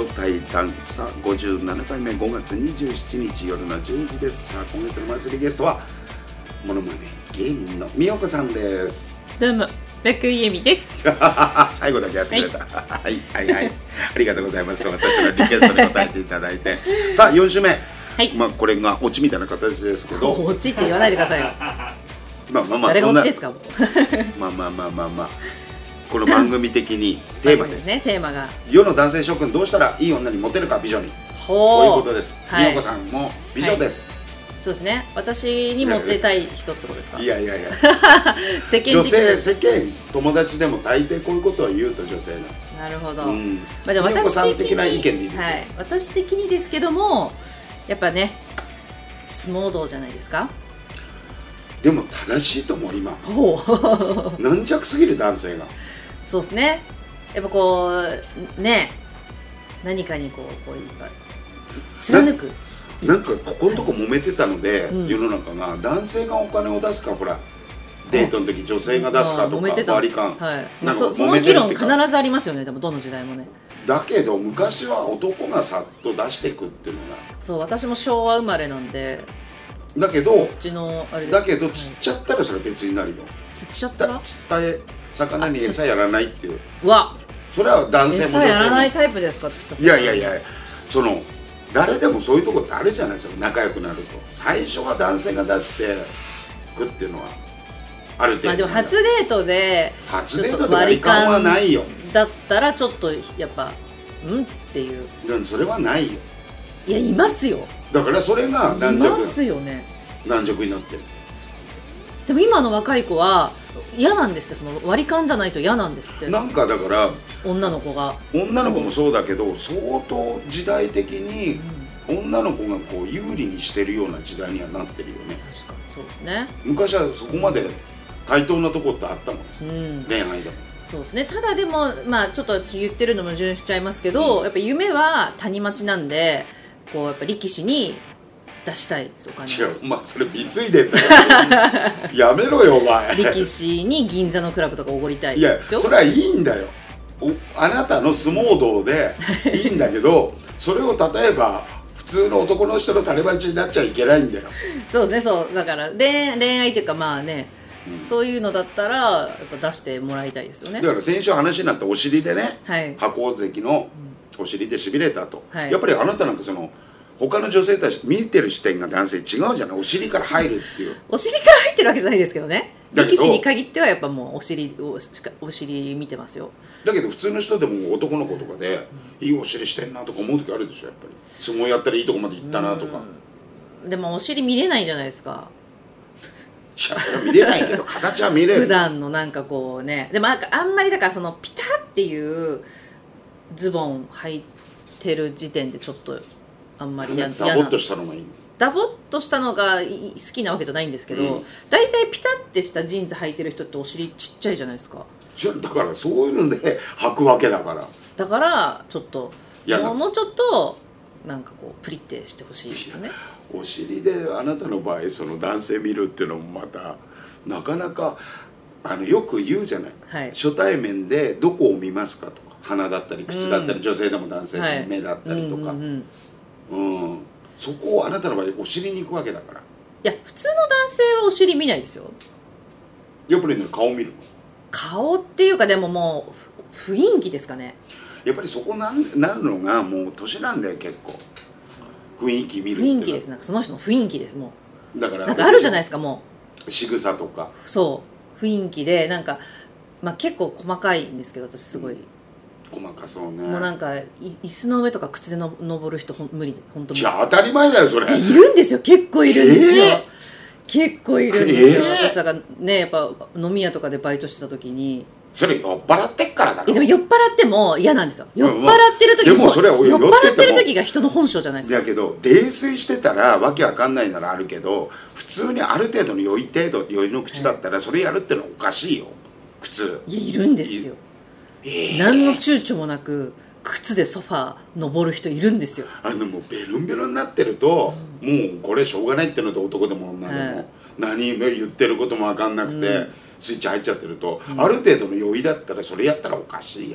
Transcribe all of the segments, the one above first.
対談さあ57回目5月27日夜の10時です。さあ今月のマンスリーゲストはモノマネ芸人のみよこさんです。 どうも楽井恵美です。 最後だけやってくれた。はいはいはい、ありがとうございます。私のリクエストに答えていただいてさあ4週目、はい、まあこれがオチみたいな形ですけど、 オチって言わないでくださいよ。 まあまあまあ誰がオチですか。 まあまあまあまあまあこの番組的にテーマですね。テーマが世の男性諸君どうしたらいい女にモテるか美女に、こういうことです。みよこさんも美女です。 そうですね。私にモテたい人ってことですか。 いやいやいや世間女性、世間、友達でも大抵こういうことを言うと女性なるほど。 うん、 まあでも私的な意見でいいですよ。 はい、私的にですけどもやっぱね相撲道じゃないですか。 でも正しいと思う今。 ほう軟弱すぎる男性が。 そうですね。やっぱこうね何かにこう貫く。 なんかここのとこ揉めてたので、世の中が男性がお金を出すか、ほらデートの時女性が出すかとか割り勘、 なんかその議論必ずありますよね。でもどの時代もね。 だけど昔は男がさっと出していくっていうのが、 そう私も昭和生まれなんで。 だけどそっちのあれです。 だけど釣っちゃったらそれ別になるよ。 釣っちゃったら釣った魚に餌やらないっていう。 わそれは男性も女性も餌やらないタイプですか。釣ったいやいやいや、その誰でもそういうとこってあるじゃないですか。仲良くなると最初は男性が出してくっていうのはある程度。 まあでも初デートで割り勘はないよ。 だったらちょっとやっぱっていう。 それはないよ。 いやいますよ。 だからそれが軟弱。 いますよね。 軟弱になってる。 でも今の若い子は嫌なんですって。その割り勘じゃないと嫌なんですって。 なんかだから女の子もそうだけど相当時代的に女の子がこう有利にしてるような時代にはなってるよね。 確かにそうですね。 昔はそこまで対等なとこってあったもん、恋愛でも。 そうですね。ただでもまあちょっと私言ってるのも矛盾しちゃいますけど、やっぱ夢は谷町なんでこうやっぱ力士に出したいですお金。 違う、まあそれ貢いでんだよやめろよお前。 力士に銀座のクラブとかおごりたいですよ。 いやそれはいいんだよ。あなたの相撲道でいいんだけどそれを例えば普通の男の人のタレバチになっちゃいけないんだよ。 そうですね。そうだから恋愛っていうかまあね、そういうのだったらやっぱ出してもらいたいですよね。 だから先週話になったお尻でね、白鵬関のお尻でしびれたと、やっぱりあなたなんかその他の女性たち見てる視点が男性違うじゃない。お尻から入るっていう。 お尻から入ってるわけじゃないですけどね。力士に限ってはやっぱもうお尻見てますよ。 だけど普通の人でも男の子とかで、いいお尻してんなとか思う時あるでしょ。やっぱり相撲やったらいいとこまで行ったなとか。 でもお尻見れないじゃないですか。 いやそれは見れないけど形は見れる。 普段のなんかこうね。でもあんまりだからそのピタっていうズボン履いてる時点でちょっとあんまり嫌な。 ダボっとしたのがいい。 ダボっとしたのが好きなわけじゃないんですけど、大体ピタってしたジーンズ履いてる人ってお尻ちっちゃいじゃないですか。 だからそういうので履くわけだから。 だからちょっともうちょっとなんかこうプリってしてほしいですよね。 お尻であなたの場合その男性見るっていうのもまたなかなかよく言うじゃない、初対面でどこを見ますかとか、鼻だったり口だったり、女性でも男性でも目だったりとか、そこをあなたの場合お尻に行くわけだから。いや普通の男性はお尻見ないですよ。 やっぱりね顔見るの。 顔っていうかでももう雰囲気ですかね。 やっぱりそこなるのがもう年なんだよ結構。雰囲気見るっていうのは雰囲気です。なんかその人の雰囲気です。もうだからなんかあるじゃないですか。もう仕草とかそう雰囲気でなんか、まあ、結構細かいんですけど私すごい、 細かそうね。 もうなんか椅子の上とか靴で登る人無理で本当に。 いや当たり前だよそれ。 いるんですよ。結構いるんですよ、結構いるんですよ、私だからね。やっぱ飲み屋とかでバイトしてた時にそれ酔っ払ってっからだろ。 でも酔っ払っても嫌なんですよ。酔っ払ってる時でもそれは酔っ払ってる時が人の本性じゃないですか。 だけど泥酔してたらわけわかんないならあるけど、普通にある程度の酔いの口だったらそれやるってのはおかしいよ普通。 いやいるんですよ、何の躊躇もなく靴でソファー登る人いるんですよ。 もうベロンベロンになってると、もうこれしょうがないってのと男でも女でも、何言ってることも分かんなくて、スイッチ入っちゃってると、ある程度の酔いだったらそれやったらおかしいよ。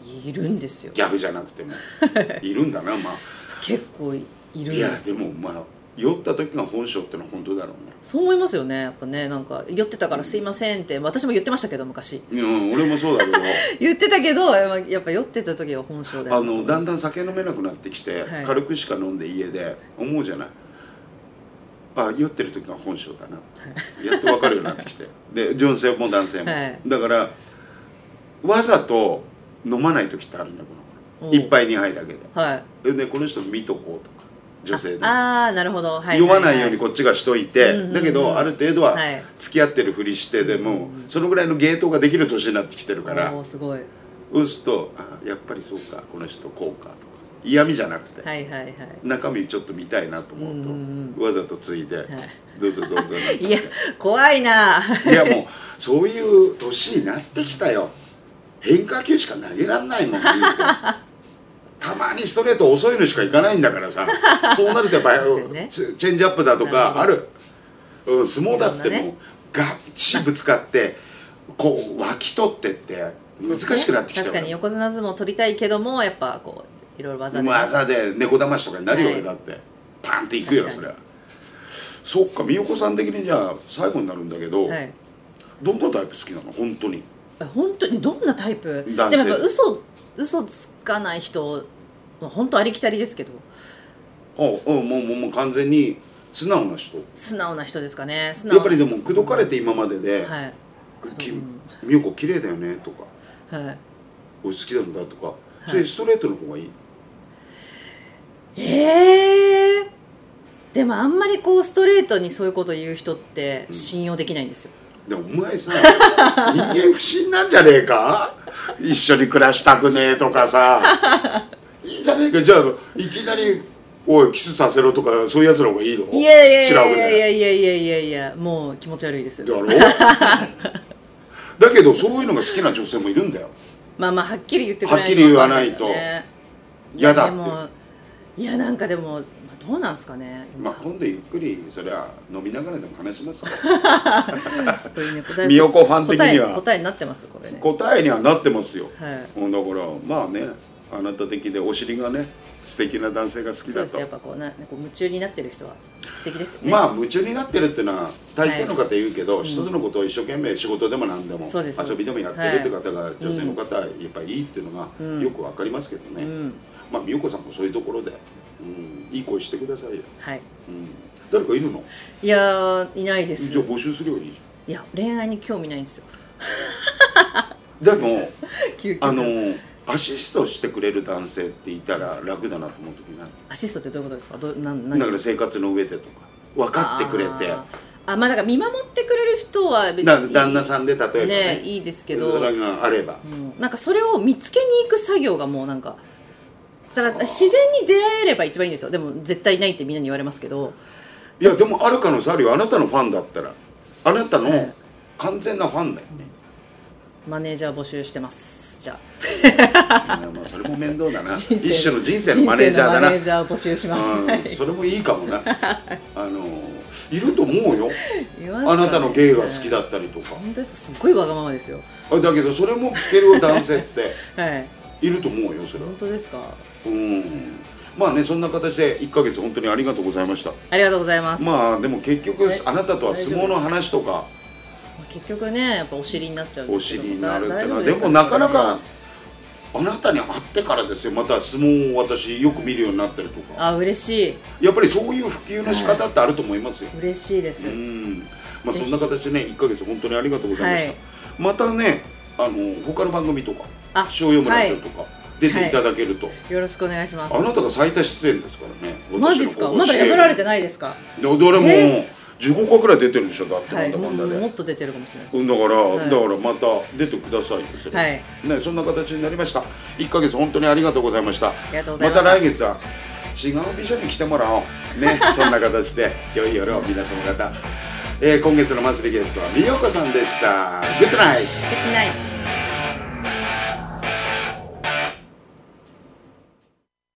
いるんですよ。 ギャグじゃなくてもいるんだな。まあ結構いるんですよ。 いやでもまあ酔った時が本性ってのは本当だろうね。 そう思いますよね。やっぱね、なんか酔ってたからすいませんって私も言ってましたけど昔。 俺もそうだけど言ってたけどやっぱ酔ってた時が本性でだんだん酒飲めなくなってきて、はい、軽くしか飲んで家で思うじゃない。酔ってる時が本性だな、やっと分かるようになってきてで女性も男性も、はい、だからわざと飲まない時ってあるんだよ。この1杯2杯だけで、はい、でこの人見とこうとか女性でなるほど、はい、 酔わないようにこっちがしといて、だけどある程度は付き合ってるふりしてでも、そのぐらいの芸当ができる年になってきてるから、 すごい。 そうするとやっぱりそうかこの人こうかとか嫌味じゃなくて、中身ちょっと見たいなと思うと、わざとついで、どうぞどうぞいや怖いな。 いやもうそういう年になってきたよ。変化球しか投げらんないもん。たまにストレート遅いのしかいかないんだからさそうなるとやっぱりチェンジアップだとかある。相撲だってもうガッチぶつかってこう湧き取ってって難しくなってきた。 確かに横綱相撲取りたいけどもやっぱこういろいろ技で猫だましとかになるよ、だってパンっていくよそれは。そっか、美代子さん的にじゃあ最後になるんだけど、どんなタイプ好きなの？本当にどんなタイプでもやっぱ嘘つかない人本当ありきたりですけど、 もう完全に素直な人ですかね。やっぱりでも口説かれて今までで「美代子綺麗だよね」とか「俺好きなんだ」とか、それストレートの方がいい？ でもあんまりこうストレートにそういうこと言う人って信用できないんですよ。 でもお前さ人間不信なんじゃねえか？一緒に暮らしたくねえとかさいいじゃねえか。じゃあいきなり「おいキスさせろ」とかそういうやつの方がいいの？いやもう気持ち悪いですよ。 だろだけどそういうのが好きな女性もいるんだよ。 まあはっきり言ってくれないと、 はっきり言わないと嫌だって。 いやなんかでもどうなんですかね。 今度ゆっくりそれは飲みながらでも話しますから美代子ファン的には答えになってますこれね。 答えにはなってますよ。だからまあね、あなた的でお尻がね素敵な男性が好きだと。そうです。やっぱこう夢中になってる人は素敵ですよね。 夢中になってるっていうのは大抵の方言うけど、一つのことを一生懸命仕事でも何でも遊びでもやってるって方が女性の方やっぱりいいっていうのがよくわかりますけどね。美代子さんもそういうところでいい声してくださいよ。誰かいるの？ いやいないです。 じゃあ募集すればいいじゃん。 いや恋愛に興味ないんですよ。 でもアシストしてくれる男性っていたら楽だなと思う時がある。 アシストってどういうことですか？ だから生活の上でとか分かってくれて、 だから見守ってくれる人は別に旦那さんで例えばねいいですけど、 それがあればなんかそれを見つけに行く作業がもうなんかだから自然に出会えれば一番いいんですよ。でも絶対ないってみんなに言われますけど、 いやでもある可能性あるよ。あなたのファンだったらあなたの完全なファンだよね。 マネージャー募集してます。じゃあそれも面倒だな。一種の人生のマネージャーだな。 マネージャー募集します。 それもいいかもな。いると思うよ。あなたの芸が好きだったりとか。 本当ですか？すっごいわがままですよ。 だけどそれも聞ける男性っていると思うよ。それは本当ですか？ まあね、そんな形で1ヶ月本当にありがとうございました。 ありがとうございます。 でも結局あなたとは相撲の話とか結局ねやっぱお尻になっちゃうんですけど。 お尻になるってのはでもなかなかあなたに会ってからですよ。また相撲を私よく見るようになったりとか。 嬉しい。 やっぱりそういう普及の仕方ってあると思いますよ。 嬉しいです。 そんな形でね1ヶ月本当にありがとうございました。またね他の番組とか塩読むラジオとか出ていただけるとよろしくお願いします。 あなたが最多出演ですからね。 マジですか？まだ破られてないですか？ どれも15回くらい出てるでしょ。だってもっと出てるかもしれない。 だからまた出てくださいですね。そんな形になりました。1ヶ月本当にありがとうございました。また来月は違う美女に来てもらおうね。そんな形で良い夜を皆様方。今月のマンスリーゲストは美代子さんでした。グッドナイト。